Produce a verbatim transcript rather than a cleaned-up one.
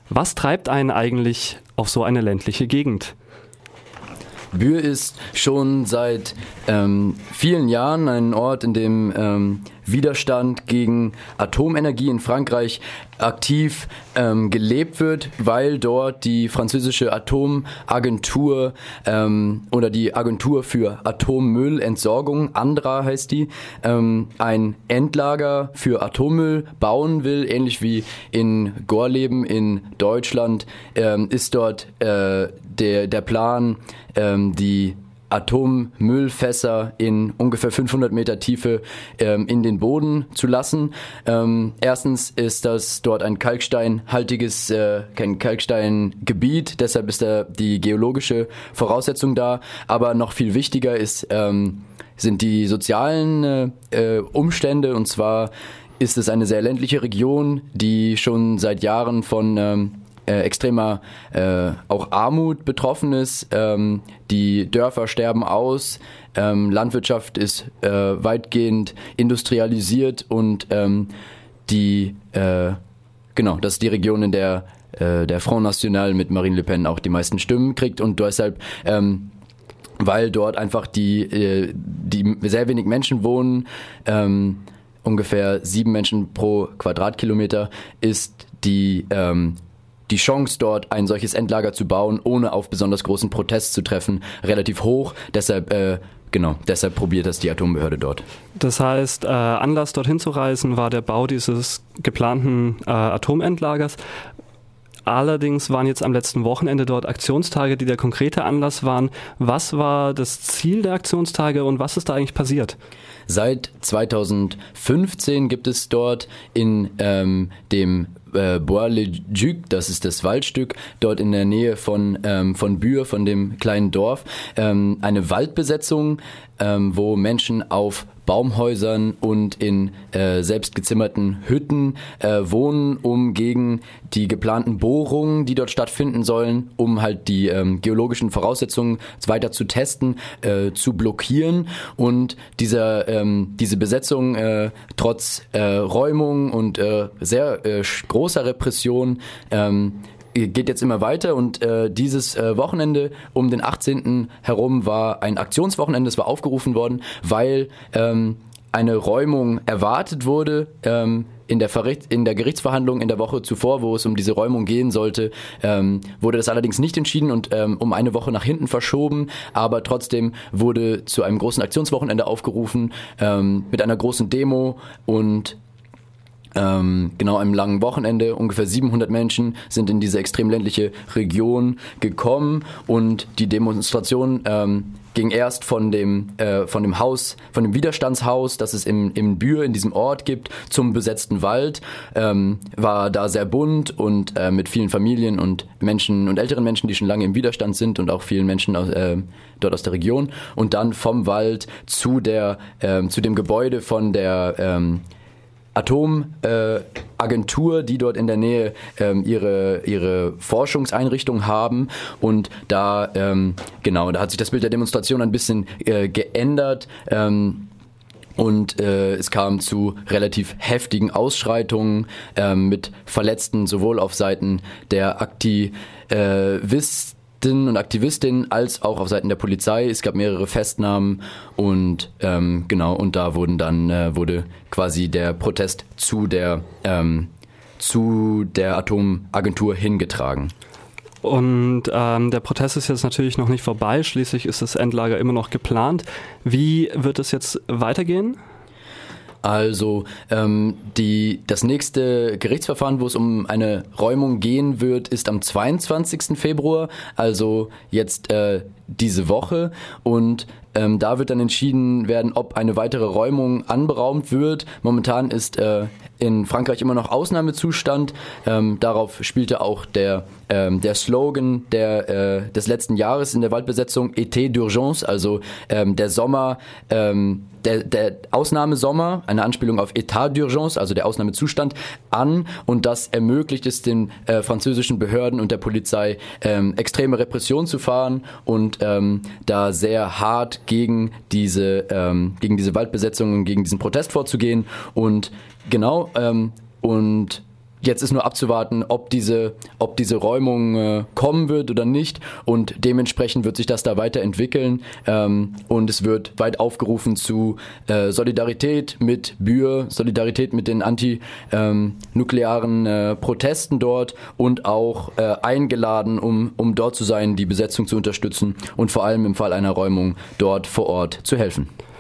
Was treibt einen eigentlich auf so eine ländliche Gegend? Buer ist schon seit ähm, vielen Jahren ein Ort, in dem ähm, Widerstand gegen Atomenergie in Frankreich aktiv ähm, gelebt wird, weil dort die französische Atomagentur ähm, oder die Agentur für Atommüllentsorgung, ANDRA heißt die, ähm, ein Endlager für Atommüll bauen will, ähnlich wie in Gorleben in Deutschland ähm, ist dort äh, der, der Plan, ähm, die Atommüllfässer in ungefähr fünfhundert Meter Tiefe ähm, in den Boden zu lassen. Ähm, erstens ist das dort ein kalksteinhaltiges, äh, kein Kalksteingebiet, deshalb ist da die geologische Voraussetzung da. Aber noch viel wichtiger ist, ähm, sind die sozialen äh, Umstände, und zwar ist es eine sehr ländliche Region, die schon seit Jahren von ähm, Äh, extremer äh, auch Armut betroffen ist. Ähm, die Dörfer sterben aus, ähm, Landwirtschaft ist äh, weitgehend industrialisiert und ähm, die äh, genau, das ist die Region, in der äh, der Front National mit Marine Le Pen auch die meisten Stimmen kriegt, und deshalb ähm, weil dort einfach die, äh, die sehr wenig Menschen wohnen, ähm, ungefähr sieben Menschen pro Quadratkilometer, ist die ähm, die Chance, dort ein solches Endlager zu bauen, ohne auf besonders großen Protest zu treffen, relativ hoch. Deshalb, äh, genau, deshalb probiert das die Atombehörde dort. Das heißt, äh, Anlass dorthin zu reisen war der Bau dieses geplanten äh, Atomendlagers. Allerdings waren jetzt am letzten Wochenende dort Aktionstage, die der konkrete Anlass waren. Was war das Ziel der Aktionstage und was ist da eigentlich passiert? Seit zweitausendfünfzehn gibt es dort in ähm, dem äh, Bois-le-Duc, das ist das Waldstück, dort in der Nähe von, ähm, von Buer, von dem kleinen Dorf, ähm, eine Waldbesetzung, ähm, wo Menschen auf Baumhäusern und in äh, selbstgezimmerten Hütten äh, wohnen, um gegen die geplanten Bohrungen, die dort stattfinden sollen, um halt die ähm, geologischen Voraussetzungen weiter zu testen, äh, zu blockieren. Und dieser, ähm, diese Besetzung äh, trotz äh, Räumung und äh, sehr äh, großer Repression ähm, geht jetzt immer weiter, und äh, dieses äh, Wochenende um den achtzehnten herum war ein Aktionswochenende, es war aufgerufen worden, weil ähm, eine Räumung erwartet wurde ähm, in der, Verricht- in der Gerichtsverhandlung in der Woche zuvor, wo es um diese Räumung gehen sollte, ähm, wurde das allerdings nicht entschieden und ähm, um eine Woche nach hinten verschoben, aber trotzdem wurde zu einem großen Aktionswochenende aufgerufen ähm, mit einer großen Demo und Ähm, genau einem langen Wochenende. Ungefähr siebenhundert Menschen sind in diese extrem ländliche Region gekommen, und die Demonstration ähm, ging erst von dem äh, von dem Haus, von dem Widerstandshaus, das es im, im Buer, in diesem Ort gibt, zum besetzten Wald. Ähm, war da sehr bunt und äh, mit vielen Familien und Menschen und älteren Menschen, die schon lange im Widerstand sind, und auch vielen Menschen aus, äh, dort aus der Region. Und dann vom Wald zu der äh, zu dem Gebäude von der ähm, Atomagentur, äh, die dort in der Nähe ähm, ihre ihre Forschungseinrichtung haben, und da ähm, genau, da hat sich das Bild der Demonstration ein bisschen äh, geändert. Ähm, Und äh, es kam zu relativ heftigen Ausschreitungen ähm, mit Verletzten, sowohl auf Seiten der Aktivisten und Aktivistinnen als auch auf Seiten der Polizei. Es gab mehrere Festnahmen, und ähm, genau, und da wurden dann äh, wurde quasi der Protest zu der ähm, zu der Atomagentur hingetragen. Und ähm, der Protest ist jetzt natürlich noch nicht vorbei, schließlich ist das Endlager immer noch geplant. Wie wird es jetzt weitergehen? Also ähm, die, das nächste Gerichtsverfahren, wo es um eine Räumung gehen wird, ist am zweiundzwanzigsten Februar, also jetzt äh, diese Woche, und ähm, da wird dann entschieden werden, ob eine weitere Räumung anberaumt wird. Momentan ist äh, in Frankreich immer noch Ausnahmezustand. Ähm, darauf spielte auch der ähm, der Slogan der äh, des letzten Jahres in der Waldbesetzung, Été d'urgence, also ähm, der Sommer, ähm, der der Ausnahmesommer, eine Anspielung auf État d'urgence, also der Ausnahmezustand, an, und das ermöglicht es den äh, französischen Behörden und der Polizei, ähm, extreme Repression zu fahren und ähm, da sehr hart gegen diese ähm, gegen diese Waldbesetzung und gegen diesen Protest vorzugehen. Und genau ähm, und jetzt ist nur abzuwarten, ob diese, ob diese Räumung äh, kommen wird oder nicht, und dementsprechend wird sich das da weiterentwickeln, ähm, und es wird weit aufgerufen zu äh, Solidarität mit Buer, Solidarität mit den antinuklearen äh, Protesten dort, und auch äh, eingeladen, um, um dort zu sein, die Besetzung zu unterstützen und vor allem im Fall einer Räumung dort vor Ort zu helfen.